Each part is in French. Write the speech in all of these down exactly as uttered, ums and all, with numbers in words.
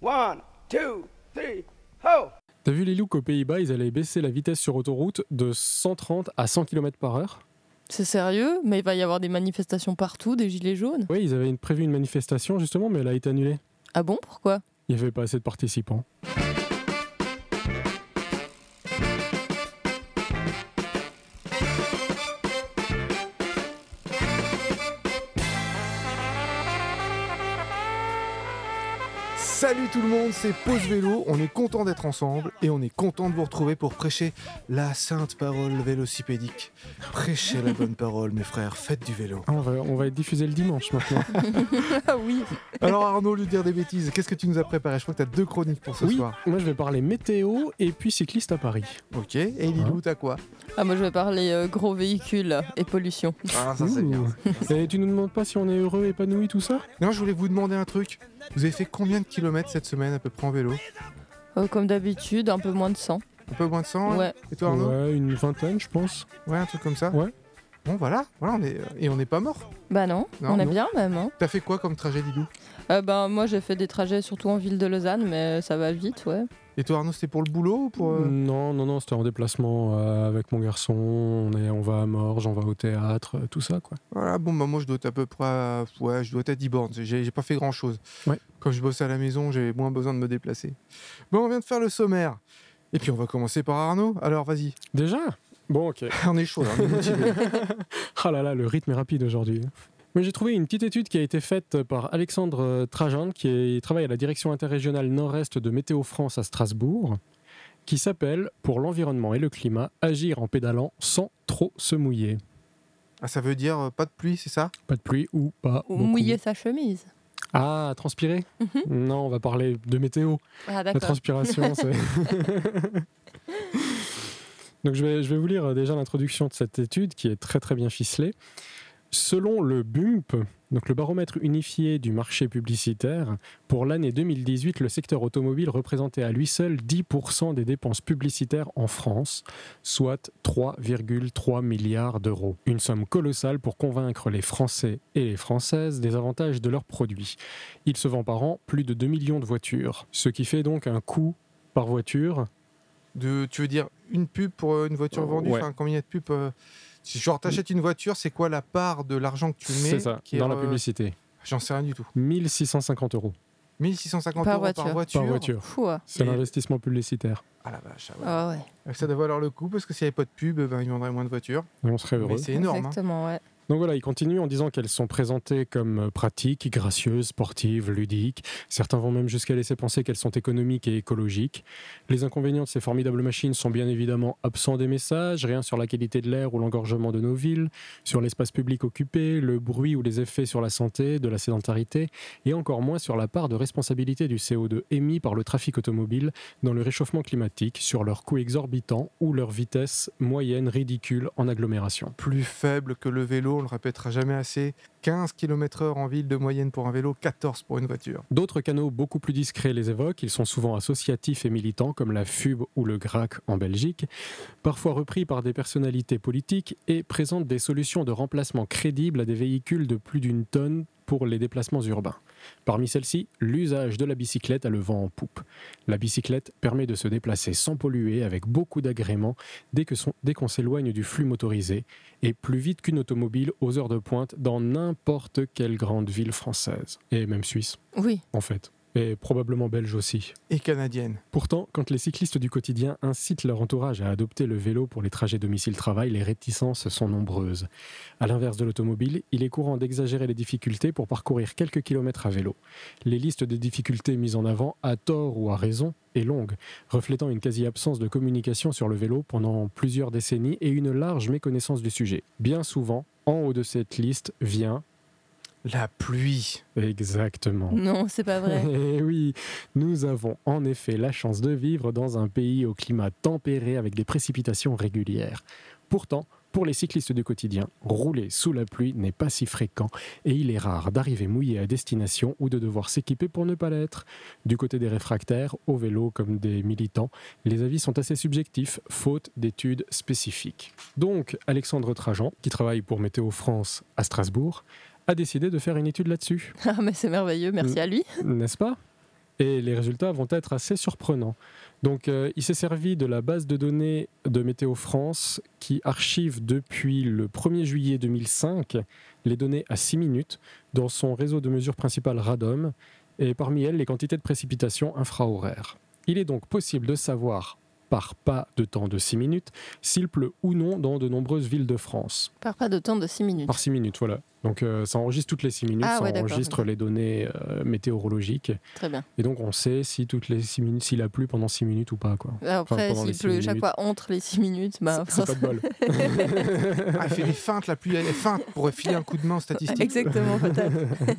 One, two, three, ho! T'as vu les loups qu'aux Pays-Bas, ils allaient baisser la vitesse sur autoroute de cent trente à cent kilomètres par heure? C'est sérieux? Mais il va y avoir des manifestations partout, des gilets jaunes? Oui, ils avaient une- prévu une manifestation justement, mais elle a été annulée. Ah bon, pourquoi? Il n'y avait pas assez de participants. Salut tout le monde, c'est Pause Vélo, on est content d'être ensemble et on est content de vous retrouver pour prêcher la sainte parole vélocipédique. Prêchez la bonne parole mes frères, faites du vélo. Ah, on, va, on va être diffusé le dimanche maintenant. Ah oui. Alors Arnaud, au lieu de dire des bêtises, qu'est-ce que tu nous as préparé? Je crois que tu as deux chroniques pour ce Oui, soir. moi je vais parler météo et puis cycliste à Paris. Ok, et Lilou, t'as quoi? Ah moi je vais parler euh, gros véhicules et pollution. Ah ça c'est Ouh. bien. Et tu nous demandes pas si on est heureux, épanoui, tout ça? Non, je voulais vous demander un truc. Vous avez fait combien de kilomètres cette semaine à peu près en vélo? Euh, comme d'habitude, un peu moins de cent. Un peu moins de cent? Ouais. Et toi Arnaud? Ouais, une vingtaine je pense. Ouais, un truc comme ça? Ouais. Bon voilà, voilà on est... et on n'est pas mort. Bah non, Non, on est non. bien même. Hein. T'as fait quoi comme trajet Lilou? Euh, bah moi j'ai fait des trajets surtout en ville de Lausanne, mais ça va vite, ouais. Et toi Arnaud, c'était pour le boulot ou pour... euh, Non, non, non, c'était en déplacement euh, avec mon garçon. On, est, on va à Morges, on va au théâtre, euh, tout ça quoi. Voilà, bon, bah moi je dois être à peu près à, ouais, je dois être à dix bornes, j'ai, j'ai pas fait grand chose. Ouais. Quand je bosse à la maison, j'ai moins besoin de me déplacer. Bon, on vient de faire le sommaire. Et puis on va commencer par Arnaud. Alors vas-y, Déjà? Bon, ok. on est chaud, là, on est motivé. Ah là là, le rythme est rapide aujourd'hui. Mais j'ai trouvé une petite étude qui a été faite par Alexandre Trajan, qui est- travaille à la direction interrégionale nord-est de Météo France à Strasbourg, qui s'appelle « Pour l'environnement et le climat, agir en pédalant sans trop se mouiller Ah, ça veut dire euh, pas de pluie, c'est ça ». Pas de pluie ou pas Ou beaucoup. mouiller sa chemise. Ah, transpirer? Mhm. Non, on va parler de météo. Ah La d'accord. transpiration, c'est... Donc je vais, je vais vous lire déjà l'introduction de cette étude qui est très très bien ficelée. Selon le B U M P, donc le baromètre unifié du marché publicitaire, pour l'année deux mille dix-huit, le secteur automobile représentait à lui seul dix pour cent des dépenses publicitaires en France, soit trois virgule trois milliards d'euros. Une somme colossale pour convaincre les Français et les Françaises des avantages de leurs produits. Il se vend par an plus de deux millions de voitures, ce qui fait donc un coût par voiture. De, tu veux dire une pub pour euh, une voiture vendue? Ouais. Enfin, combien il y a de pubs euh, Si genre t'achètes une voiture, c'est quoi la part de l'argent que tu mets C'est ça, qui est, dans la euh, publicité. J'en sais rien du tout. mille six cent cinquante euros mille six cent cinquante Par euros voiture. par voiture. par voiture. Fou. Ah C'est Et- l'investissement publicitaire. Ah la vache, ah ouais. ah ouais. Ça doit valoir le coup parce que s'il n'y avait pas de pub, ben, ils vendraient moins de voitures. Et on serait heureux. Mais c'est énorme. hein. Exactement, ouais. Donc voilà, il continue en disant qu'elles sont présentées comme pratiques, gracieuses, sportives, ludiques. Certains vont même jusqu'à laisser penser qu'elles sont économiques et écologiques. Les inconvénients de ces formidables machines sont bien évidemment absents des messages, rien sur la qualité de l'air ou l'engorgement de nos villes, sur l'espace public occupé, le bruit ou les effets sur la santé, de la sédentarité, et encore moins sur la part de responsabilité du C O deux émis par le trafic automobile dans le réchauffement climatique, sur leur coût exorbitant ou leur vitesse moyenne ridicule en agglomération. Plus faible que le vélo, on le répétera jamais assez. quinze kilomètres heure en ville de moyenne pour un vélo, quatorze pour une voiture. D'autres canaux beaucoup plus discrets les évoquent, ils sont souvent associatifs et militants comme la F U B ou le G R A C en Belgique, parfois repris par des personnalités politiques et présentent des solutions de remplacement crédibles à des véhicules de plus d'une tonne pour les déplacements urbains. Parmi celles-ci, l'usage de la bicyclette a le vent en poupe. La bicyclette permet de se déplacer sans polluer avec beaucoup d'agréments dès, que son- dès qu'on s'éloigne du flux motorisé et plus vite qu'une automobile aux heures de pointe dans n'importe quelle grande ville française et même suisse Oui. en fait. Et probablement belge aussi. Et canadienne. Pourtant, quand les cyclistes du quotidien incitent leur entourage à adopter le vélo pour les trajets domicile-travail, les réticences sont nombreuses. À l'inverse de l'automobile, il est courant d'exagérer les difficultés pour parcourir quelques kilomètres à vélo. Les listes de difficultés mises en avant, à tort ou à raison, est longue, reflétant une quasi-absence de communication sur le vélo pendant plusieurs décennies et une large méconnaissance du sujet. Bien souvent, en haut de cette liste vient... La pluie. Exactement. Non, c'est pas vrai. Eh oui, nous avons en effet la chance de vivre dans un pays au climat tempéré avec des précipitations régulières. Pourtant, pour les cyclistes du quotidien, rouler sous la pluie n'est pas si fréquent et il est rare d'arriver mouillé à destination ou de devoir s'équiper pour ne pas l'être. Du côté des réfractaires, au vélo comme des militants, les avis sont assez subjectifs, faute d'études spécifiques. Donc, Alexandre Trajan, qui travaille pour Météo France à Strasbourg, a décidé de faire une étude là-dessus, Ah mais c'est merveilleux, merci à lui. n'est-ce pas ? Et les résultats vont être assez surprenants. Donc, euh, il s'est servi de la base de données de Météo France qui archive depuis le premier juillet deux mille cinq les données à six minutes dans son réseau de mesure principal Radom et parmi elles les quantités de précipitations infrahoraires. Il est donc possible de savoir par pas de temps de six minutes s'il pleut ou non dans de nombreuses villes de France. Par pas de temps de six minutes. Par six minutes, voilà. Donc euh, ça enregistre toutes les six minutes, Ah, ça ouais, d'accord, enregistre ok. les données euh, météorologiques. Très bien. Et donc on sait si toutes les six minutes, s'il a plu pendant six minutes ou pas, quoi. Après, pendant les s'il six pleut chaque minutes. fois entre les six minutes, bah, C'est pas de bol. Ah, il fait des feintes, la pluie elle est feinte pour filer un coup de main aux statistiques. exactement, peut-être.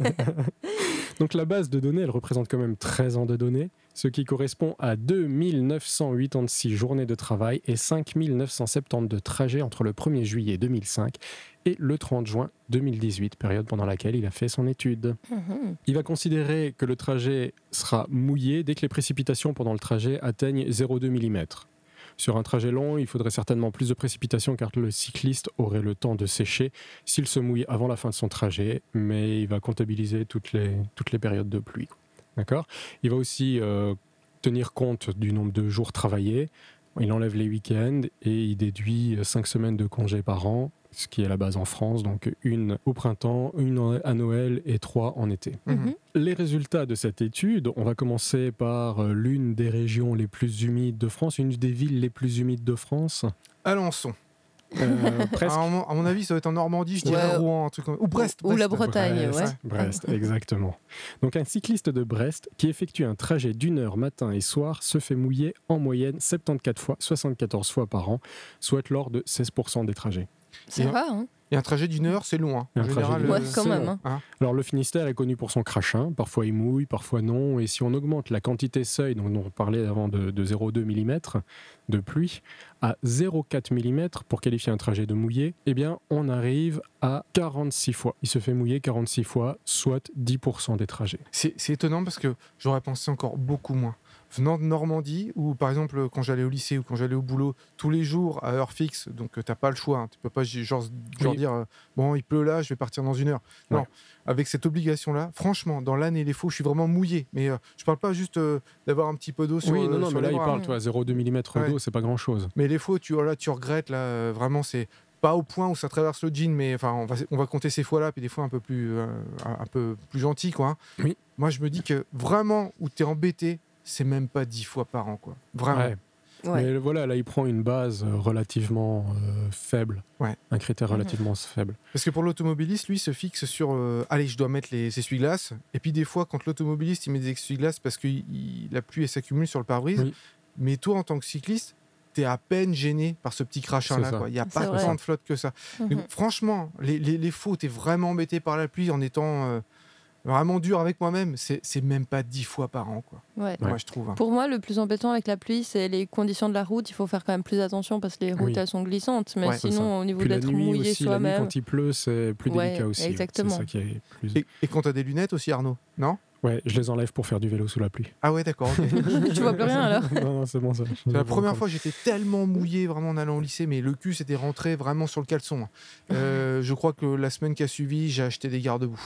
Donc la base de données, elle représente quand même treize ans de données, ce qui correspond à deux mille neuf cent quatre-vingt-seize journées de travail et cinq mille neuf cent soixante-dix de trajets entre le premier juillet deux mille cinq et le trente juin deux mille dix-huit, période pendant laquelle il a fait son étude. Mhm. Il va considérer que le trajet sera mouillé dès que les précipitations pendant le trajet atteignent zéro virgule deux millimètres. Sur un trajet long, il faudrait certainement plus de précipitations car le cycliste aurait le temps de sécher s'il se mouille avant la fin de son trajet, mais il va comptabiliser toutes les, toutes les périodes de pluie. D'accord ? Il va aussi euh, tenir compte du nombre de jours travaillés, il enlève les week-ends et il déduit cinq semaines de congés par an, ce qui est la base en France, donc une au printemps, une à Noël et trois en été. Mhm. Les résultats de cette étude, on va commencer par euh, l'une des régions les plus humides de France, une des villes les plus humides de France. Alençon. Euh, presque. À mon, à mon avis, ça va être en Normandie, je Ouais. dirais Rouen, un truc comme... Ou Brest. Ou la Brest. Bretagne, Brest, ouais. Brest, exactement. Donc un cycliste de Brest qui effectue un trajet d'une heure matin et soir se fait mouiller en moyenne soixante-quatorze fois, soixante-quatorze fois par an, soit lors de seize pour cent des trajets. Ça Et- va, hein. Et un trajet d'une heure, c'est long. Hein. Et En un trajet général, d'une Ouais, heure, euh, quand c'est même. long. hein. Alors le Finistère est connu pour son crachin, parfois il mouille, parfois non, et si on augmente la quantité seuil, donc dont on parlait avant de, de zéro virgule deux millimètres de pluie, à zéro virgule quatre millimètres pour qualifier un trajet de mouillé, eh bien on arrive à quarante-six fois. Il se fait mouiller quarante-six fois, soit dix pour cent des trajets. C'est c'est étonnant parce que j'aurais pensé encore beaucoup moins. Venant de Normandie, où par exemple quand j'allais au lycée ou quand j'allais au boulot, tous les jours à heure fixe, donc euh, t'as pas le choix, hein, tu peux pas genre, genre Oui. dire euh, bon il pleut là, je vais partir dans une heure. Non, Ouais. avec cette obligation-là, franchement, dans l'âne et les faux, je suis vraiment mouillé. Mais euh, je parle pas juste euh, d'avoir un petit peu d'eau sur, Oui, euh, non, non, sur mais là les il bras. parle, toi, zéro virgule deux millimètres Ouais. d'eau, c'est pas grand-chose. Mais les faux, tu, voilà, tu regrettes là, euh, vraiment c'est pas au point où ça traverse le jean, mais enfin on va, on va compter ces fois-là, puis des fois un peu plus, euh, un, un peu plus gentil quoi. hein. Oui. Moi je me dis que vraiment où t'es embêté, c'est même pas dix fois par an quoi. Vraiment. Ouais. Ouais. Mais voilà, là il prend une base euh, relativement euh, faible, Ouais. un critère Mhm. relativement faible. Parce que pour l'automobiliste, lui, se fixe sur euh, allez, je dois mettre les essuie-glaces. Et puis des fois, quand l'automobiliste il met des essuie-glaces parce que il- la pluie elle s'accumule sur le pare-brise, Oui. mais toi en tant que cycliste, t'es à peine gêné par ce petit crachin là. C'est ça. quoi. Il n'y a C'est pas vrai. tant de flotte que ça. Mhm. Donc, franchement, les, les, les faux, t'es vraiment embêté par la pluie en étant euh, vraiment dur avec moi-même. C'est c'est même pas dix fois par an, quoi. Ouais. Moi, je trouve. hein. Pour moi, le plus embêtant avec la pluie, c'est les conditions de la route. Il faut faire quand même plus attention parce que les routes, Oui. elles sont glissantes. Mais Ouais, c'est ça. sinon, au niveau Puis la d'être nuit mouillé aussi, la nuit soi-même. quand il pleut, c'est plus Ouais, délicat aussi. exactement. C'est ça qui est plus... Et, et quand t'as des lunettes aussi, Arnaud, non? Ouais, je les enlève pour faire du vélo sous la pluie. Ah ouais, d'accord. ok. Tu vois plus rien alors. non, non, c'est bon ça. C'est la première fois que j'étais tellement mouillé vraiment en allant au lycée, mais le cul s'était rentré vraiment sur le caleçon. Euh, je crois que la semaine qui a suivi, j'ai acheté des garde-boue.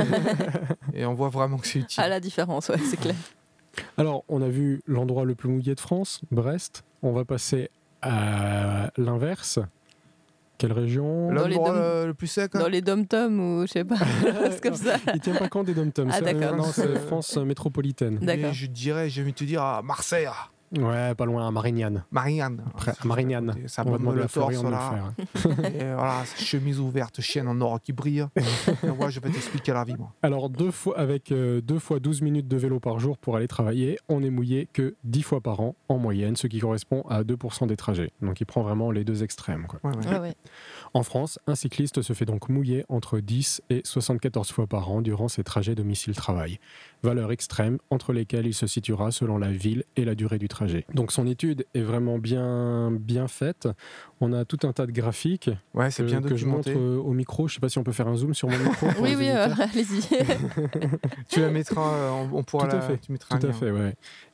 Et on voit vraiment que c'est utile. À la différence, ouais, c'est clair. Alors, on a vu l'endroit le plus mouillé de France, Brest. On va passer à l'inverse. Quelle région Dans les L'endroit dom- euh, le plus sec. hein. Dans les dom-toms ou je sais pas, c'est comme ça. Il tient pas compte des dom-toms. Ah, c'est- d'accord. non, c'est France métropolitaine. D'accord. Mais je dirais, j'ai envie de te dire, à Marseille, à Ouais, pas loin, à Marignane. Marianne. Après, à Marignane. Ça On va bombe demander le à torse Florian de le là. faire. Et voilà, chemise ouverte, chienne en or qui brille. Et moi, je vais t'expliquer la vie, moi. Alors, deux fois, avec euh, deux fois douze minutes de vélo par jour pour aller travailler, on est mouillé que dix fois par an en moyenne, ce qui correspond à deux pour cent des trajets. Donc, il prend vraiment les deux extrêmes, quoi. Ouais, ouais. Ouais, ouais. En France, un cycliste se fait donc mouiller entre dix et soixante-quatorze fois par an durant ses trajets domicile-travail. Valeurs extrêmes entre lesquelles il se situera selon la ville et la durée du trajet. Donc son étude est vraiment bien, bien faite. On a tout un tas de graphiques Ouais, c'est que, bien que je montre documenté. euh, au micro. Je ne sais pas si on peut faire un zoom sur mon micro. pour Oui, les oui, euh, auditeurs. allez-y. Tu la mettras, euh, on, on pourra Tout à la. fait, Tu mettras Tout un à lien. fait, ouais.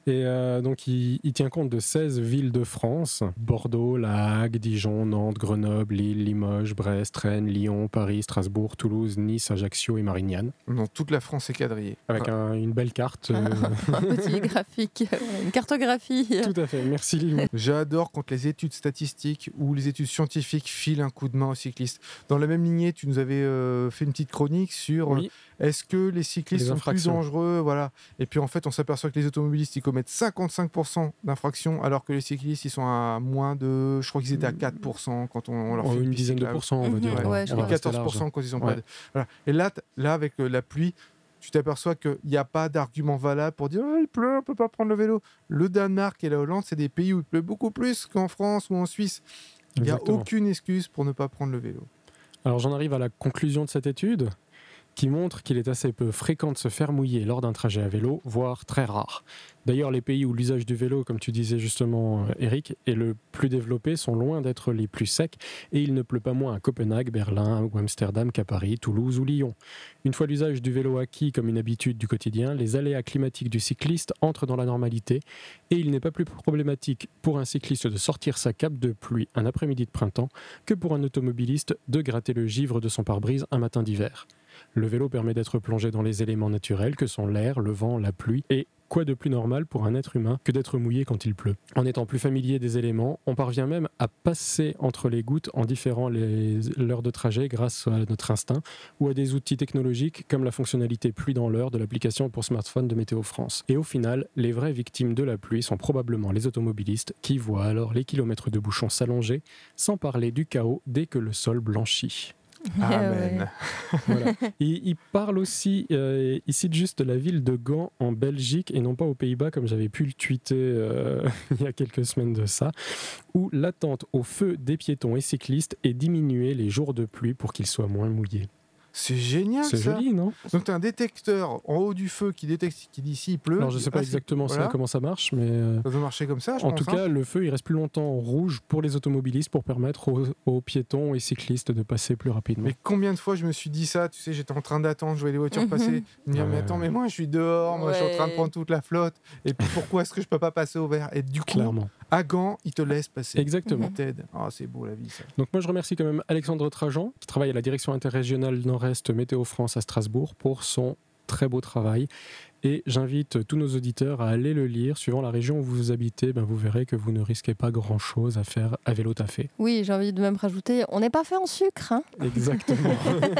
Et euh, donc, il, il tient compte de seize villes de France, Bordeaux, La Hague, Dijon, Nantes, Grenoble, Lille, Limoges, Brest, Rennes, Lyon, Paris, Strasbourg, Toulouse, Nice, Ajaccio et Marignane. Non, toute la France est quadrillée. Avec Ah. un- une belle carte. euh, Un petit graphique, une cartographie. Tout à fait, merci Lilou. J'adore quand les études statistiques ou les études scientifiques filent un coup de main aux cyclistes. Dans la même lignée, tu nous avais euh, fait une petite chronique sur Oui, euh, est-ce que les cyclistes Les sont plus infractions. dangereux, voilà. Et puis en fait, on s'aperçoit que les automobilistes ils commettent cinquante-cinq pour cent d'infractions, alors que les cyclistes ils sont à moins de, je crois qu'ils étaient à quatre pour cent quand on, on leur en fait une une dizaine de cyclable. pourcents, on va Mhm. dire. Ouais, on va- je on crois. va rester quatorze pour cent large. quand ils ont Ouais. pas de... Voilà. Et là, t- là, avec euh, la pluie, tu t'aperçois qu'il n'y a pas d'argument valable pour dire oh, il pleut, on ne peut pas prendre le vélo. Le Danemark et la Hollande, c'est des pays où il pleut beaucoup plus qu'en France ou en Suisse. Il n'y a Exactement. aucune excuse pour ne pas prendre le vélo. Alors j'en arrive à la conclusion de cette étude qui montre qu'il est assez peu fréquent de se faire mouiller lors d'un trajet à vélo, voire très rare. D'ailleurs, les pays où l'usage du vélo, comme tu disais justement, euh, Eric, est le plus développé sont loin d'être les plus secs et il ne pleut pas moins à Copenhague, Berlin ou Amsterdam qu'à Paris, Toulouse ou Lyon. Une fois l'usage du vélo acquis comme une habitude du quotidien, les aléas climatiques du cycliste entrent dans la normalité et il n'est pas plus problématique pour un cycliste de sortir sa cape de pluie un après-midi de printemps que pour un automobiliste de gratter le givre de son pare-brise un matin d'hiver. Le vélo permet d'être plongé dans les éléments naturels que sont l'air, le vent, la pluie et quoi de plus normal pour un être humain que d'être mouillé quand il pleut. En étant plus familier des éléments, on parvient même à passer entre les gouttes en différant les l'heure de trajet grâce à notre instinct ou à des outils technologiques comme la fonctionnalité pluie dans l'heure de l'application pour smartphone de Météo France. Et au final, les vraies victimes de la pluie sont probablement les automobilistes qui voient alors les kilomètres de bouchons s'allonger, sans parler du chaos dès que le sol blanchit. Amen. Voilà. Il, il parle aussi, euh, il cite juste la ville de Gand en Belgique et non pas aux Pays-Bas comme j'avais pu le tweeter euh, il y a quelques semaines de ça, où l'attente au feu des piétons et cyclistes est diminuée les jours de pluie pour qu'ils soient moins mouillés. C'est génial C'est ça. joli, non? Donc tu as un détecteur en haut du feu qui détecte qui dit s'il pleut. Alors je sais pas Ah, c'est- exactement ça, voilà. comment ça marche, mais euh, Ça doit marcher comme ça, je en pense. tout hein. cas, le feu il reste plus longtemps en rouge pour les automobilistes pour permettre aux, aux piétons et cyclistes de passer plus rapidement. Mais combien de fois je me suis dit ça, tu sais, j'étais en train d'attendre, je voyais les voitures Mhm. passer. Je me disais, mais Ouais. attends, mais moi je suis dehors, moi je suis en train de Ouais. prendre toute la flotte. Et puis pourquoi est-ce que je peux pas passer au vert? Et du coup, Clairement. à Gand, ils te laissent passer. Exactement. Ils t'aident. Ah, c'est beau la vie ça. Donc moi je remercie quand même Alexandre Trajan qui travaille à la direction interrégionale Nord-Est Météo France à Strasbourg pour son très beau travail et j'invite tous nos auditeurs à aller le lire. Suivant la région où vous habitez, ben, vous verrez que vous ne risquez pas grand chose à faire à vélo taffé. Oui, j'ai envie de même rajouter, on n'est pas fait en sucre. Hein. Exactement.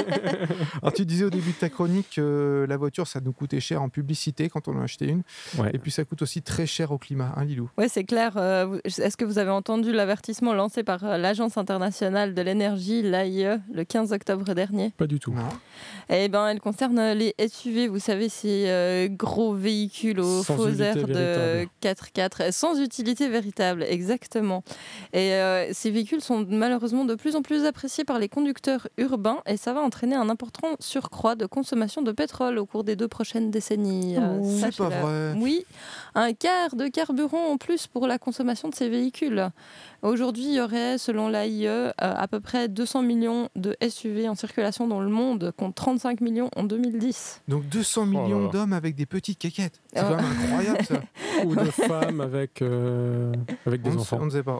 Alors tu disais au début de ta chronique que la voiture ça nous coûtait cher en publicité quand on en achetait une. Ouais. Et puis ça coûte aussi très cher au climat, hein Lilou? Oui, c'est clair. Euh, vous- Est-ce que vous avez entendu l'avertissement lancé par euh, l'Agence internationale de l'énergie, l'A I E, le quinze octobre dernier? Pas du tout. Non. Eh ben, elle concerne les S U V, vous savez, ces euh, gros véhicules aux Sans faux utilité airs de véritable. quatre quatre, sans utilité véritable, exactement. Et euh, ces véhicules sont malheureusement de plus en plus appréciés par les conducteurs urbains et ça va entraîner un important surcroît de consommation de pétrole au cours des deux prochaines décennies. euh, Oh, c'est pas sachez-le. vrai. Oui, un quart de carburant en plus pour la consommation de ces véhicules. Aujourd'hui, il y aurait, selon l'A I E, euh, à peu près deux cents millions de S U V en circulation dans le monde, contre trente-cinq millions en deux mille dix. Donc deux cents Oh là millions là. d'hommes avec des petites caquettes. C'est Oh. quand même incroyable ça. Ou de femmes avec, euh, avec des on, ne sait- enfants. on ne sait pas.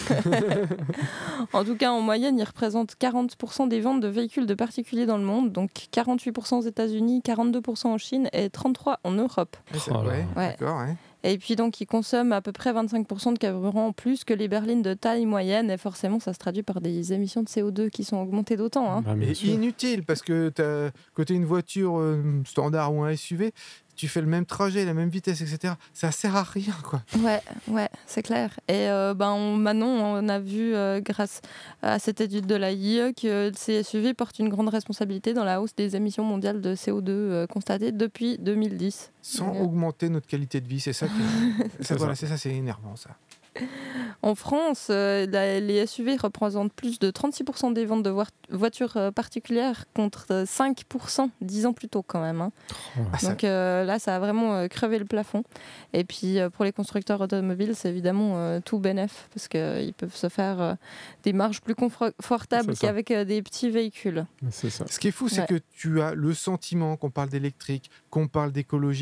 En tout cas, en moyenne, ils représentent quarante pour cent des ventes de véhicules de particuliers dans le monde, donc quarante-huit pour cent aux États-Unis, quarante-deux pour cent en Chine et trente-trois pour cent en Europe. Ouais, c'est- Oh là ouais, là. d'accord. Ouais. Et puis donc, ils consomment à peu près vingt-cinq pour cent de carburant en plus que les berlines de taille moyenne, et forcément, ça se traduit par des émissions de C O deux qui sont augmentées d'autant. Hein. Bah, bien Et sûr. inutile parce que t'as- quand tu as une voiture euh, standard ou un S U V, tu fais le même trajet, la même vitesse, et cetera. Ça sert à rien quoi. Ouais, ouais, c'est clair. Et euh, ben, on, maintenant, on a vu, euh, grâce à cette étude de l'A I E, que ces S U V portent une grande responsabilité dans la hausse des émissions mondiales de C O deux euh, constatées depuis deux mille dix. Sans Ouais. augmenter notre qualité de vie, c'est ça qui C'est ça, voilà, ça. c'est ça, c'est énervant ça. En France, euh, la- les S U V représentent plus de trente-six pour cent des ventes de voi- voitures euh, particulières contre euh, cinq pour cent dix ans plus tôt quand même. Hein. Ah, ça- Donc euh, là, ça a vraiment euh, crevé le plafond. Et puis euh, pour les constructeurs automobiles, c'est évidemment euh, tout bénef parce qu'ils peuvent se faire euh, des marges plus confortables C'est ça. qu'avec euh, des petits véhicules. C'est ça. Ce qui est fou, c'est Ouais. que tu as le sentiment qu'on parle d'électrique, qu'on parle d'écologie,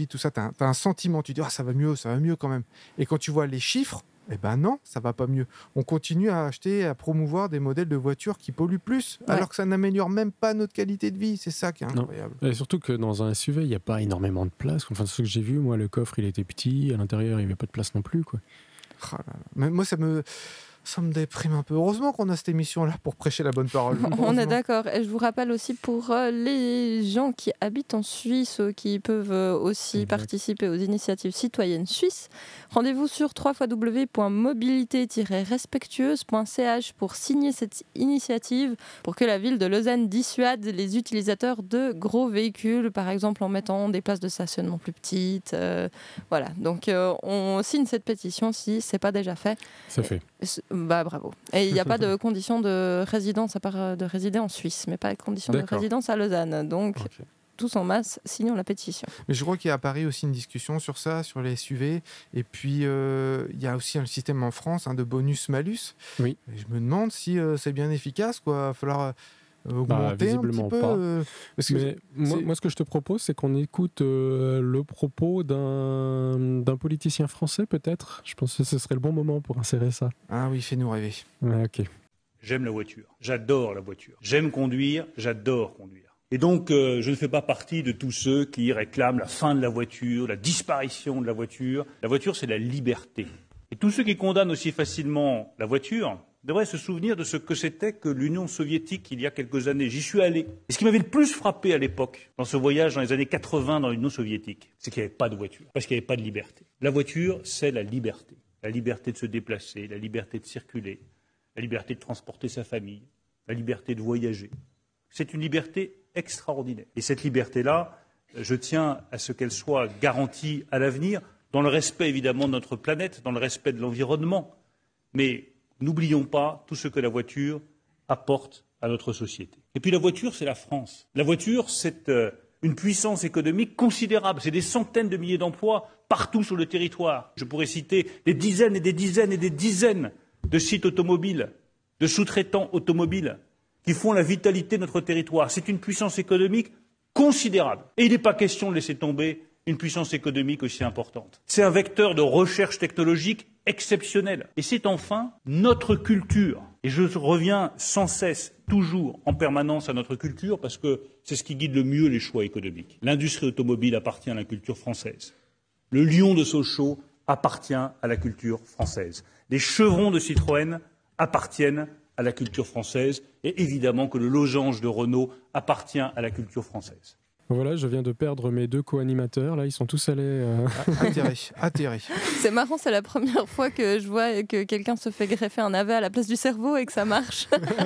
tout ça, tu as un sentiment, tu dis ah, ça va mieux, ça va mieux quand même. Et quand tu vois les chiffres, eh ben non, ça va pas mieux. On continue à acheter, à promouvoir des modèles de voitures qui polluent plus, ouais. alors que ça n'améliore même pas notre qualité de vie. C'est ça qui est incroyable. Non. Et surtout que dans un S U V, il n'y a pas énormément de place. Enfin, ce que j'ai vu, moi, le coffre, il était petit, à l'intérieur, il n'y avait pas de place non plus, quoi. Oh là là. Mais moi, ça me... Ça me déprime un peu. Heureusement qu'on a cette émission-là pour prêcher la bonne parole. On est d'accord. Et je vous rappelle aussi pour euh, les gens qui habitent en Suisse, euh, qui peuvent euh, aussi exact. participer aux initiatives citoyennes suisses, rendez-vous sur w w w point mobilité tiret respectueuse point c h pour signer cette initiative pour que la ville de Lausanne dissuade les utilisateurs de gros véhicules, par exemple en mettant des places de stationnement plus petites. Euh, voilà. Donc euh, on signe cette pétition si c'est pas déjà fait. C'est fait. Bah bravo. Et il n'y a pas de condition de résidence à part de résider en Suisse, mais pas de condition D'accord. de résidence à Lausanne. Donc okay. tous en masse, signons la pétition. Mais je crois qu'il y a à Paris aussi une discussion sur ça, sur les S U V. Et puis euh, il y a aussi un système en France hein, de bonus-malus. Oui. Et je me demande si euh, c'est bien efficace, quoi. Il va falloir augmenter bah, visiblement un petit peu. Pas. Euh, parce que Mais moi, moi, ce que je te propose, c'est qu'on écoute euh, le propos d'un, d'un politicien français, peut-être. Je pense que ce serait le bon moment pour insérer ça. Ah oui, fais-nous rêver. Ouais, ok. J'aime la voiture. J'adore la voiture. J'aime conduire. J'adore conduire. Et donc, euh, je ne fais pas partie de tous ceux qui réclament la fin de la voiture, la disparition de la voiture. La voiture, c'est la liberté. Et tous ceux qui condamnent aussi facilement la voiture devrait se souvenir de ce que c'était que l'Union soviétique il y a quelques années. J'y suis allé. Et ce qui m'avait le plus frappé à l'époque, dans ce voyage dans les années quatre-vingts dans l'Union soviétique, c'est qu'il n'y avait pas de voiture, parce qu'il n'y avait pas de liberté. La voiture, c'est la liberté. La liberté de se déplacer, la liberté de circuler, la liberté de transporter sa famille, la liberté de voyager. C'est une liberté extraordinaire. Et cette liberté-là, je tiens à ce qu'elle soit garantie à l'avenir, dans le respect évidemment de notre planète, dans le respect de l'environnement. Mais n'oublions pas tout ce que la voiture apporte à notre société. Et puis la voiture, c'est la France. La voiture, c'est euh, une puissance économique considérable. C'est des centaines de milliers d'emplois partout sur le territoire. Je pourrais citer des dizaines et des dizaines et des dizaines de sites automobiles, de sous-traitants automobiles qui font la vitalité de notre territoire. C'est une puissance économique considérable. Et il n'est pas question de laisser tomber une puissance économique aussi importante. C'est un vecteur de recherche technologique exceptionnel. Et c'est enfin notre culture. Et je reviens sans cesse, toujours, en permanence à notre culture, parce que c'est ce qui guide le mieux les choix économiques. L'industrie automobile appartient à la culture française. Le lion de Sochaux appartient à la culture française. Les chevrons de Citroën appartiennent à la culture française. Et évidemment que le losange de Renault appartient à la culture française. Voilà, je viens de perdre mes deux co-animateurs. Là, ils sont tous allés... Euh... Atterrés, atterrés. C'est marrant, c'est la première fois que je vois que quelqu'un se fait greffer un navet à la place du cerveau et que ça marche.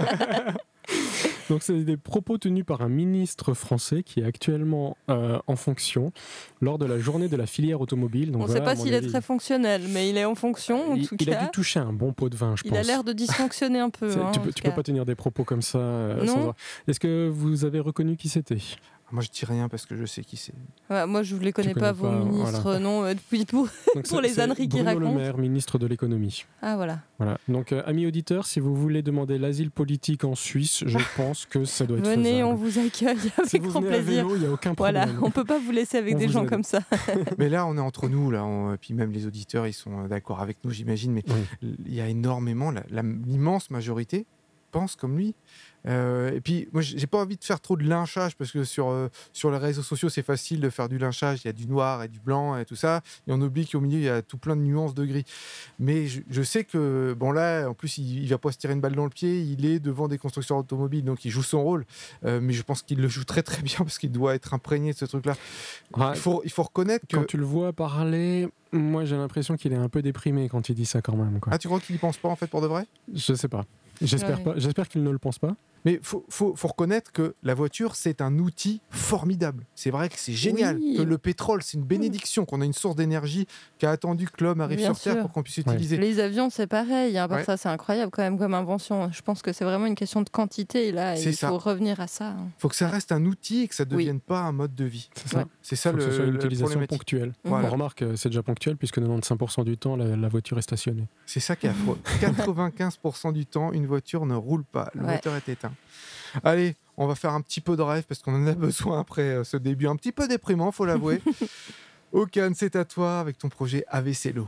Donc, c'est des propos tenus par un ministre français qui est actuellement euh, en fonction lors de la journée de la filière automobile. Donc, on ne voilà, sait pas s'il avis, est très fonctionnel, mais il est en fonction, en il, tout il cas. a dû toucher un bon pot de vin, je il pense. Il a l'air de dysfonctionner un peu. Hein, tu peux, tu peux pas tenir des propos comme ça, euh, Sandra. Est-ce que vous avez reconnu qui c'était ? Moi, je dis rien parce que je sais qui c'est. Ouais, moi, je ne les connais, connais pas, pas, vos ministres, voilà. non, euh, depuis pour, Donc, pour les âneries qu'ils racontent. Bruno Le Maire, ministre de l'économie. Ah, voilà. Voilà. Donc, euh, amis auditeurs, si vous voulez demander l'asile politique en Suisse, je pense que ça doit être Venez, faisable. on vous accueille avec si vous grand venez plaisir. Il n'y a aucun problème. Voilà, on ne peut pas vous laisser avec on des gens aide. comme ça. Mais là, on est entre nous, là, on... puis même les auditeurs, ils sont d'accord avec nous, j'imagine, mais oui. il y a énormément, la, la, l'immense majorité pense comme lui. Euh, et puis, moi, j'ai pas envie de faire trop de lynchage parce que sur, euh, sur les réseaux sociaux, c'est facile de faire du lynchage. Il y a du noir et du blanc et tout ça. Et on oublie qu'au milieu, il y a tout plein de nuances de gris. Mais je, je sais que, bon, là, en plus, il, il va pas se tirer une balle dans le pied. Il est devant des constructeurs automobiles, donc il joue son rôle. Euh, mais je pense qu'il le joue très, très bien parce qu'il doit être imprégné de ce truc-là. Ouais, il, faut, il faut reconnaître que. Quand tu le vois parler, moi, j'ai l'impression qu'il est un peu déprimé quand il dit ça quand même. Quoi. Ah, tu crois qu'il y pense pas, en fait, pour de vrai ? Je sais pas. J'espère, ouais. pas. J'espère qu'il ne le pense pas. Mais il faut, faut, faut reconnaître que la voiture, c'est un outil formidable. C'est vrai que c'est génial. Oui. Que le pétrole, c'est une bénédiction, qu'on a une source d'énergie qui a attendu que l'homme arrive Bien sur Terre sûr. pour qu'on puisse utiliser. Les avions, c'est pareil. À part ouais. ça, c'est incroyable quand même comme invention. Je pense que c'est vraiment une question de quantité. Là, c'est il ça. faut revenir à ça. Il faut que ça reste un outil et que ça ne devienne oui. pas un mode de vie. C'est ça. Ouais. C'est ça faut le, que ce soit une le utilisation ponctuelle. Voilà. On remarque, c'est déjà ponctuel puisque quatre-vingt-quinze pour cent du temps, la, la voiture est stationnée. C'est ça qui est affreux. quatre-vingt-quinze pour cent du temps, une voiture ne roule pas. Le ouais. moteur est éteint. Allez, on va faire un petit peu de rêve parce qu'on en a besoin après ce début un petit peu déprimant, faut l'avouer. Okan, c'est à toi avec ton projet A V C Lo.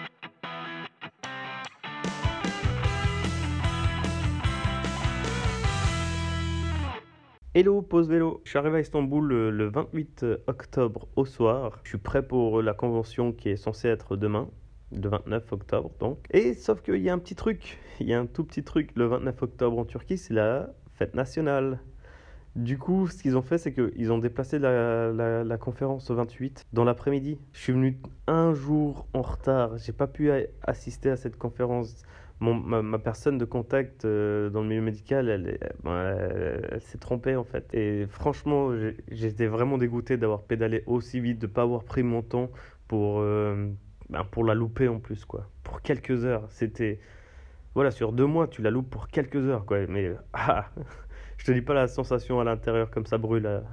Hello, pause vélo. Je suis arrivé à Istanbul le, le vingt-huit octobre au soir. Je suis prêt pour la convention qui est censée être demain, le vingt-neuf octobre donc. Et sauf qu'il y a un petit truc, il y a un tout petit truc. Le vingt-neuf octobre en Turquie, c'est la fête nationale. Du coup, ce qu'ils ont fait, c'est qu'ils ont déplacé la, la, la conférence au vingt-huit dans l'après-midi. Je suis venu un jour en retard. J'ai pas pu a- assister à cette conférence. Mon, ma, ma personne de contact euh, dans le milieu médical, elle, est- ben, elle, elle s'est trompée en fait. Et franchement, j'ai- j'étais vraiment dégoûté d'avoir pédalé aussi vite, de ne pas avoir pris mon temps pour, euh, ben, pour la louper en plus, quoi. Pour quelques heures. C'était. Voilà, sur deux mois, tu la loupes pour quelques heures, quoi. Mais ah, je te dis pas la sensation à l'intérieur comme ça brûle. euh.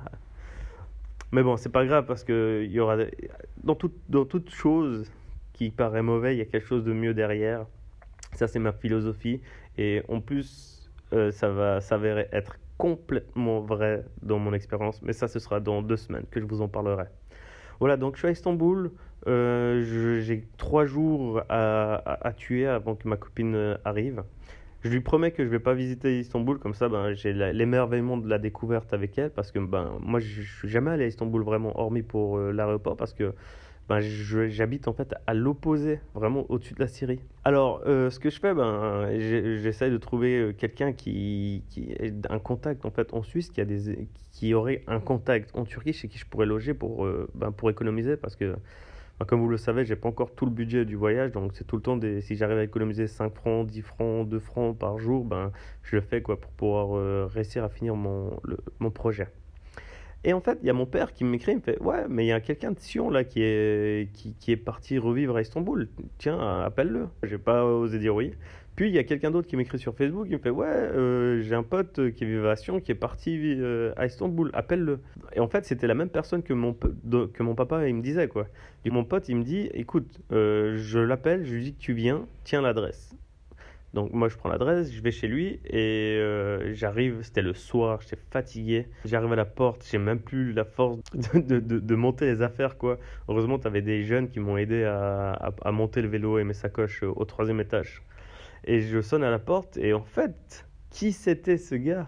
Mais bon, c'est pas grave parce que il y aura. Dans, tout, dans toute chose qui paraît mauvaise, il y a quelque chose de mieux derrière. Ça, c'est ma philosophie. Et en plus, euh, ça va s'avérer être complètement vrai dans mon expérience. Mais ça, ce sera dans deux semaines que je vous en parlerai. Voilà, donc je suis à Istanbul. Euh, je- j'ai trois jours à, à- à tuer avant que ma copine euh, arrive. Je lui promets que je ne vais pas visiter Istanbul. Comme ça, ben, j'ai la- l'émerveillement de la découverte avec elle. Parce que ben, moi, je ne suis jamais allé à Istanbul vraiment, hormis pour euh, l'aéroport. Parce que ben, je- j'habite en fait à l'opposé, vraiment au-dessus de la Syrie. Alors, euh, ce que je fais, ben, j'ai- j'essaie de trouver euh, quelqu'un qui, qui ait un contact en fait en Suisse, qui a des, qui aurait un contact en Turquie chez qui je pourrais loger pour, euh, ben, pour économiser, parce que, ben, comme vous le savez, j'ai pas encore tout le budget du voyage, donc c'est tout le temps des, si j'arrive à économiser cinq francs, dix francs, deux francs par jour, ben, je le fais quoi pour pouvoir euh, réussir à finir mon, le- mon projet. Et en fait, il y a mon père qui m'écrit, il me fait ouais, mais il y a quelqu'un de Sion là qui est qui, qui est parti revivre à Istanbul. Tiens, appelle-le. J'ai pas osé dire oui. Puis il y a quelqu'un d'autre qui m'écrit sur Facebook, il me fait ouais, euh, j'ai un pote qui vit à Sion qui est parti euh, à Istanbul, appelle-le. Et en fait, c'était la même personne que mon pe- de- que mon papa il me disait quoi. Et mon pote, il me dit écoute, euh, je l'appelle, je lui dis que tu viens, tiens l'adresse. Donc moi je prends l'adresse, je vais chez lui et euh, j'arrive, c'était le soir, j'étais fatigué. J'arrive à la porte, j'ai même plus la force de, de, de, de monter les affaires quoi. Heureusement tu avais des jeunes qui m'ont aidé à, à, à monter le vélo et mes sacoches au troisième étage. Et je sonne à la porte et en fait, qui c'était ce gars?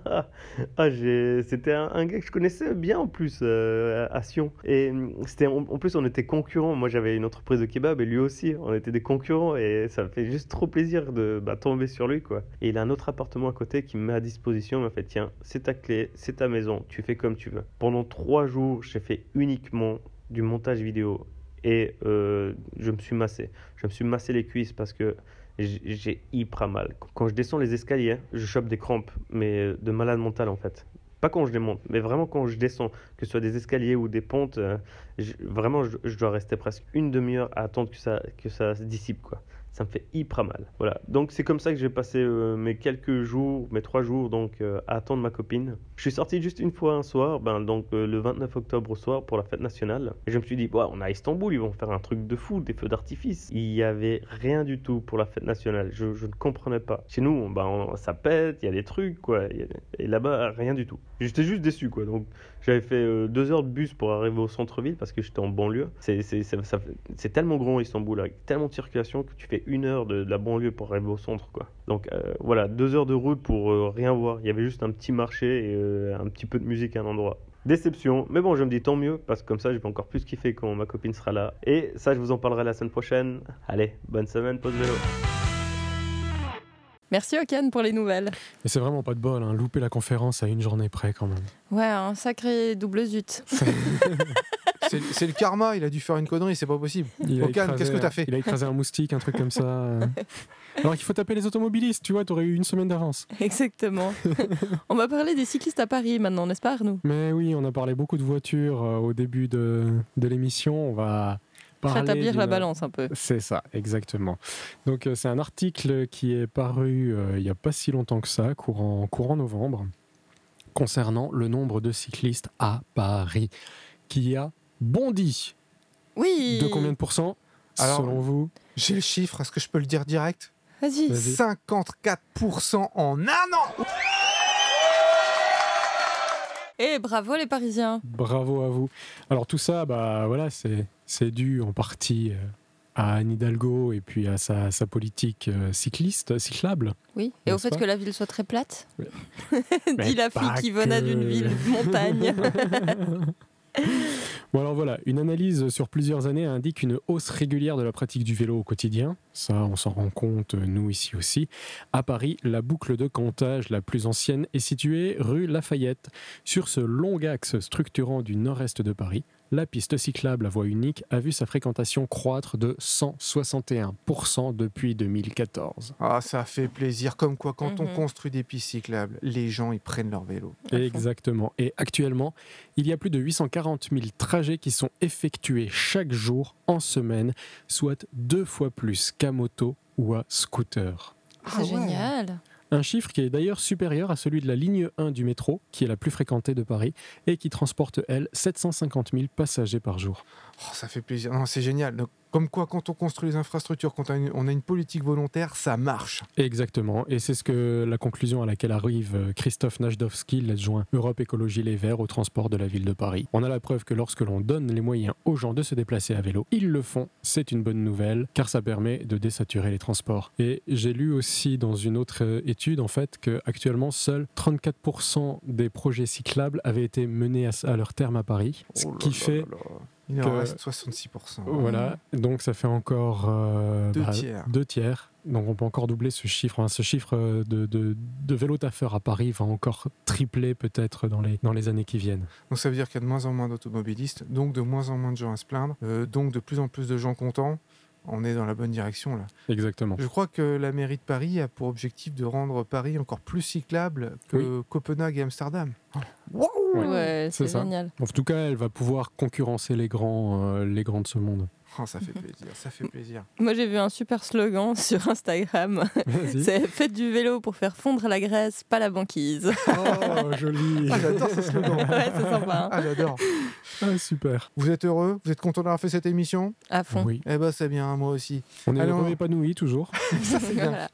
Ah, j'ai... C'était un, un gars que je connaissais bien en plus euh, à Sion. Et hum, c'était, en, en plus, on était concurrents. Moi, j'avais une entreprise de kebab et lui aussi. On était des concurrents et ça me fait juste trop plaisir de bah, tomber sur lui, quoi. Et il a un autre appartement à côté qui me met à disposition. Il m'a fait tiens, c'est ta clé, c'est ta maison, tu fais comme tu veux. Pendant trois jours, j'ai fait uniquement du montage vidéo et euh, je me suis massé. Je me suis massé les cuisses parce que j'ai j'ai hyper mal. Quand je descends les escaliers, je chope des crampes, mais de malade mental en fait. Pas quand je les monte, mais vraiment quand je descends, que ce soit des escaliers ou des pentes, euh, je- vraiment je, je dois rester presque une demi-heure à attendre que ça, que ça se dissipe quoi. Ça me fait hyper mal. Voilà. Donc c'est comme ça que j'ai passé euh, mes quelques jours, mes trois jours donc euh, à attendre ma copine. Je suis sorti juste une fois un soir, ben donc euh, le vingt-neuf octobre au soir pour la fête nationale. Et je me suis dit, ouais, on est à Istanbul, ils vont faire un truc de fou, des feux d'artifice. Il y avait rien du tout pour la fête nationale. Je, je ne comprenais pas. Chez nous, on, ben, on- ça pète, il y a des trucs quoi. Il y a- Et là-bas, rien du tout. J'étais juste déçu quoi. Donc j'avais fait euh, deux heures de bus pour arriver au centre-ville parce que j'étais en banlieue. C'est, c'est, c'est, ça fait- c'est tellement grand Istanbul, avec tellement de circulation que tu fais une heure de, de la banlieue pour arriver au centre, quoi. Donc euh, voilà, deux heures de route pour euh, rien voir. Il y avait juste un petit marché et euh, un petit peu de musique à un endroit. Déception, mais bon, je me dis tant mieux parce que comme ça, je vais encore plus kiffer quand ma copine sera là. Et ça, je vous en parlerai la semaine prochaine. Allez, bonne semaine, pause vélo. Merci Okan pour les nouvelles. Mais c'est vraiment pas de bol, hein. Louper la conférence à une journée près quand même. Ouais, un sacré double zut. C'est, c'est le karma, il a dû faire une connerie, c'est pas possible. Il a Okan, écrasé- qu'est-ce que t'as fait? Il a écrasé un moustique, un truc comme ça. euh. Alors qu'il faut taper les automobilistes, tu vois, t'aurais eu une semaine d'avance. Exactement. On va parler des cyclistes à Paris maintenant, n'est-ce pas Arnaud? Mais oui, on a parlé beaucoup de voitures euh, au début de, de l'émission. On va parler Rétablir la d'une- balance un peu. C'est ça, exactement. Donc euh, c'est un article qui est paru euh, il n'y a pas si longtemps que ça, courant, courant novembre, concernant le nombre de cyclistes à Paris, qui a bondi. Oui. De combien de pourcents, Alors, selon vous? J'ai le chiffre, est-ce que je peux le dire direct? Vas-y. Vas-y. cinquante-quatre pour cent en un an. Et bravo les Parisiens. Bravo à vous. Alors tout ça, bah voilà, c'est, c'est dû en partie à Anne Hidalgo et puis à sa, sa politique euh, cycliste, cyclable. Oui, et au N'est-ce fait pas que la ville soit très plate. Oui. Dit Mais la fille pas qui venait que. d'une ville montagne. Bon alors voilà, une analyse sur plusieurs années indique une hausse régulière de la pratique du vélo au quotidien. Ça, on s'en rend compte, nous ici aussi. À Paris, la boucle de Cantage la plus ancienne est située rue Lafayette. Sur ce long axe structurant du nord-est de Paris, la piste cyclable à voie unique a vu sa fréquentation croître de cent soixante et un pour cent depuis deux mille quatorze. Ah, ça fait plaisir. Comme quoi, quand on Mhm. construit des pistes cyclables, les gens, ils prennent leur vélo. À fond. Exactement. Et actuellement, il y a plus de huit cent quarante mille trajets qui sont effectués chaque jour en semaine, soit deux fois plus qu'à moto ou à scooter. C'est Ah ouais. génial. Un chiffre qui est d'ailleurs supérieur à celui de la ligne un du métro, qui est la plus fréquentée de Paris, et qui transporte, elle, sept cent cinquante mille passagers par jour. Oh, ça fait plaisir. Non, c'est génial. Donc, comme quoi, quand on construit les infrastructures, quand on a une, on a une politique volontaire, ça marche. Exactement, et c'est ce que la conclusion à laquelle arrive euh, Christophe Najdowski, l'adjoint Europe Écologie Les Verts au transport de la ville de Paris. On a la preuve que lorsque l'on donne les moyens aux gens de se déplacer à vélo, ils le font. C'est une bonne nouvelle, car ça permet de désaturer les transports. Et j'ai lu aussi dans une autre euh, étude, en fait, qu'actuellement, seuls trente-quatre pour cent des projets cyclables avaient été menés à, à leur terme à Paris, ce Oh là qui là fait... là là. Il en que- reste soixante-six pour cent. Voilà, donc ça fait encore euh, Deux tiers. deux tiers. Donc on peut encore doubler ce chiffre. Enfin, ce chiffre euh, de, de, de vélo-taffeurs à Paris va encore tripler peut-être dans les, dans les années qui viennent. Donc ça veut dire qu'il y a de moins en moins d'automobilistes, donc de moins en moins de gens à se plaindre, euh, donc de plus en plus de gens contents. On est dans la bonne direction là. Exactement. Je crois que la mairie de Paris a pour objectif de rendre Paris encore plus cyclable que Copenhague et Amsterdam. Waouh. Ouais, Ouais, c'est c'est ça. génial. En tout cas, elle va pouvoir concurrencer les grands, euh, les grands de ce monde. Oh, ça fait plaisir, ça fait plaisir. Moi j'ai vu un super slogan sur Instagram. Vas-y. C'est faites du vélo pour faire fondre la graisse, pas la banquise. Oh, joli. Ah, j'adore ce slogan. Ouais, c'est sympa. hein. Ah, j'adore. Ah, super. Vous êtes heureux? Vous êtes content d'avoir fait cette émission? À fond. Oui. Eh ben, c'est bien, moi aussi. On est Allez, heureux on- et épanoui toujours. Ça, c'est bien. Voilà.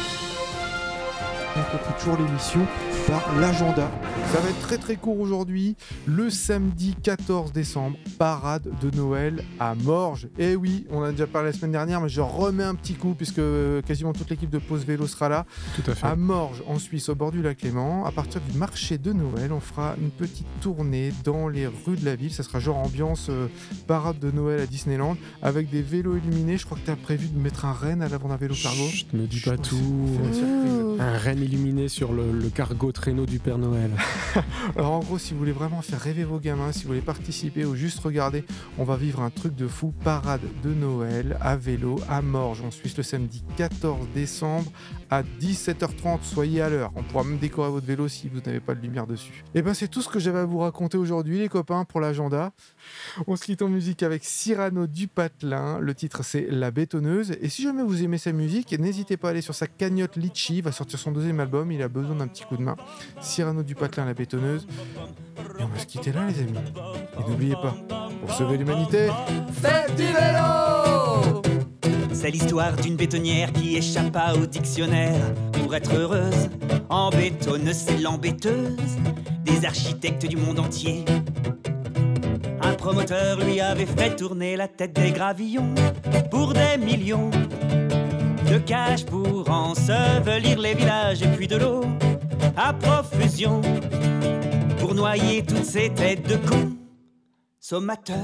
On conclut toujours l'émission par l'agenda. Ça va être très très court aujourd'hui. Le samedi quatorze décembre, parade de Noël à Morges. Et oui, on a déjà parlé la semaine dernière, mais je remets un petit coup puisque quasiment toute l'équipe de Pause Vélo sera là. Tout à fait. À Morges, en Suisse, au bord du lac Léman. À partir du marché de Noël, on fera une petite tournée dans les rues de la ville. Ça sera genre ambiance euh, parade de Noël à Disneyland avec des vélos illuminés. Je crois que tu as prévu de mettre un renne à l'avant d'un vélo cargo. Chut, ne dis pas Chut, tout. c'est une surprise. Ouh. Un renne illuminé sur le, le cargo traîneau du Père Noël. Alors en gros, si vous voulez vraiment faire rêver vos gamins, si vous voulez participer ou juste regarder, on va vivre un truc de fou. Parade de Noël à vélo à Morges en Suisse le samedi quatorze décembre à dix-sept heures trente. Soyez à l'heure. On pourra même décorer votre vélo si vous n'avez pas de lumière dessus. Et ben c'est tout ce que j'avais à vous raconter aujourd'hui les copains pour l'agenda. On se quitte en musique avec Cyrano du Patelin. Le titre c'est La Bétonneuse. Et si jamais vous aimez sa musique, n'hésitez pas à aller sur sa cagnotte Litchi. Il va sortir son deuxième album. Il a besoin d'un petit coup de main. Cyrano du Patelin, La Bétonneuse. Et on va se quitter là les amis. Et n'oubliez pas, pour sauver l'humanité, Faites du vélo. C'est l'histoire d'une bétonnière qui échappa au dictionnaire. Pour être heureuse, en bétonneuse, c'est l'embêteuse des architectes du monde entier. Un promoteur lui avait fait tourner la tête des gravillons pour des millions de cash pour ensevelir les villages et puis de l'eau à profusion pour noyer toutes ces têtes de cons sommateurs.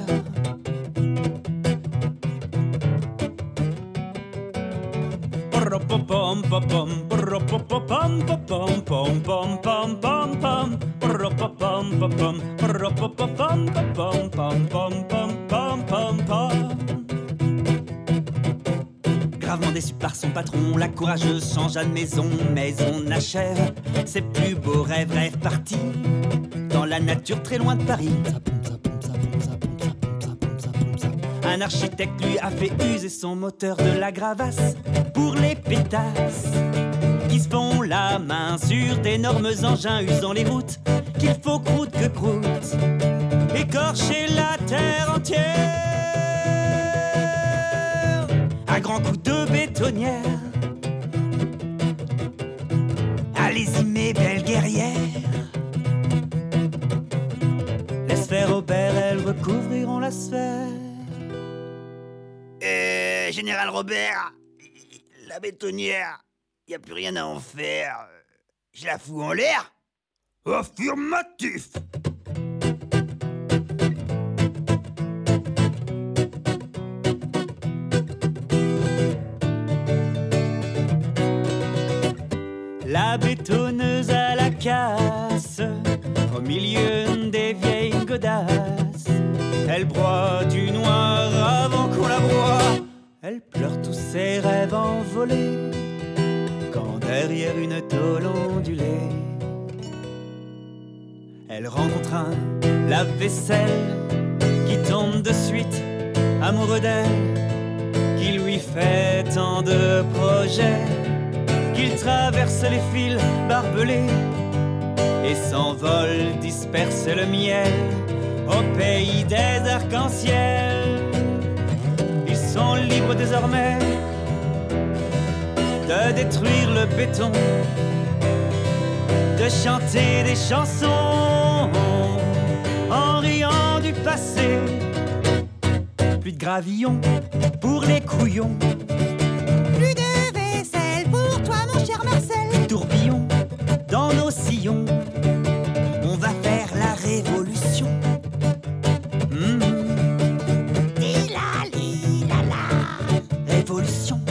Gravement déçu par son patron, la courageuse changea de maison, mais on achève ses plus beaux rêves, rêves partis dans la nature très loin de Paris. Un architecte lui a fait user son moteur de la gravasse pour les pétasses qui se font la main sur d'énormes engins usant les routes qu'il faut croûte que croûte écorcher la terre entière à grands coups de bétonnière. Allez-y mes belles guerrières, général Robert, la bétonnière, y a plus rien à en faire. Je la fous en l'air? Affirmatif! La bétonneuse à la casse, au milieu des vieilles godasses. Elle broie du noir avant qu'on la broie. Elle pleure tous ses rêves envolés, quand derrière une tôle ondulée, elle rencontre un lave-vaisselle qui tombe de suite amoureux d'elle, qui lui fait tant de projets, qu'il traverse les fils barbelés et s'envole, disperse le miel au pays des arcs-en-ciel. Ils sont libres désormais de détruire le béton, de chanter des chansons en riant du passé. Plus de gravillon pour les couillons, Plus de vaisselle pour toi, mon cher Marcel. tourbillon dans nos sillons. On va faire la révolution. Mmh. Li la li la la. Révolution.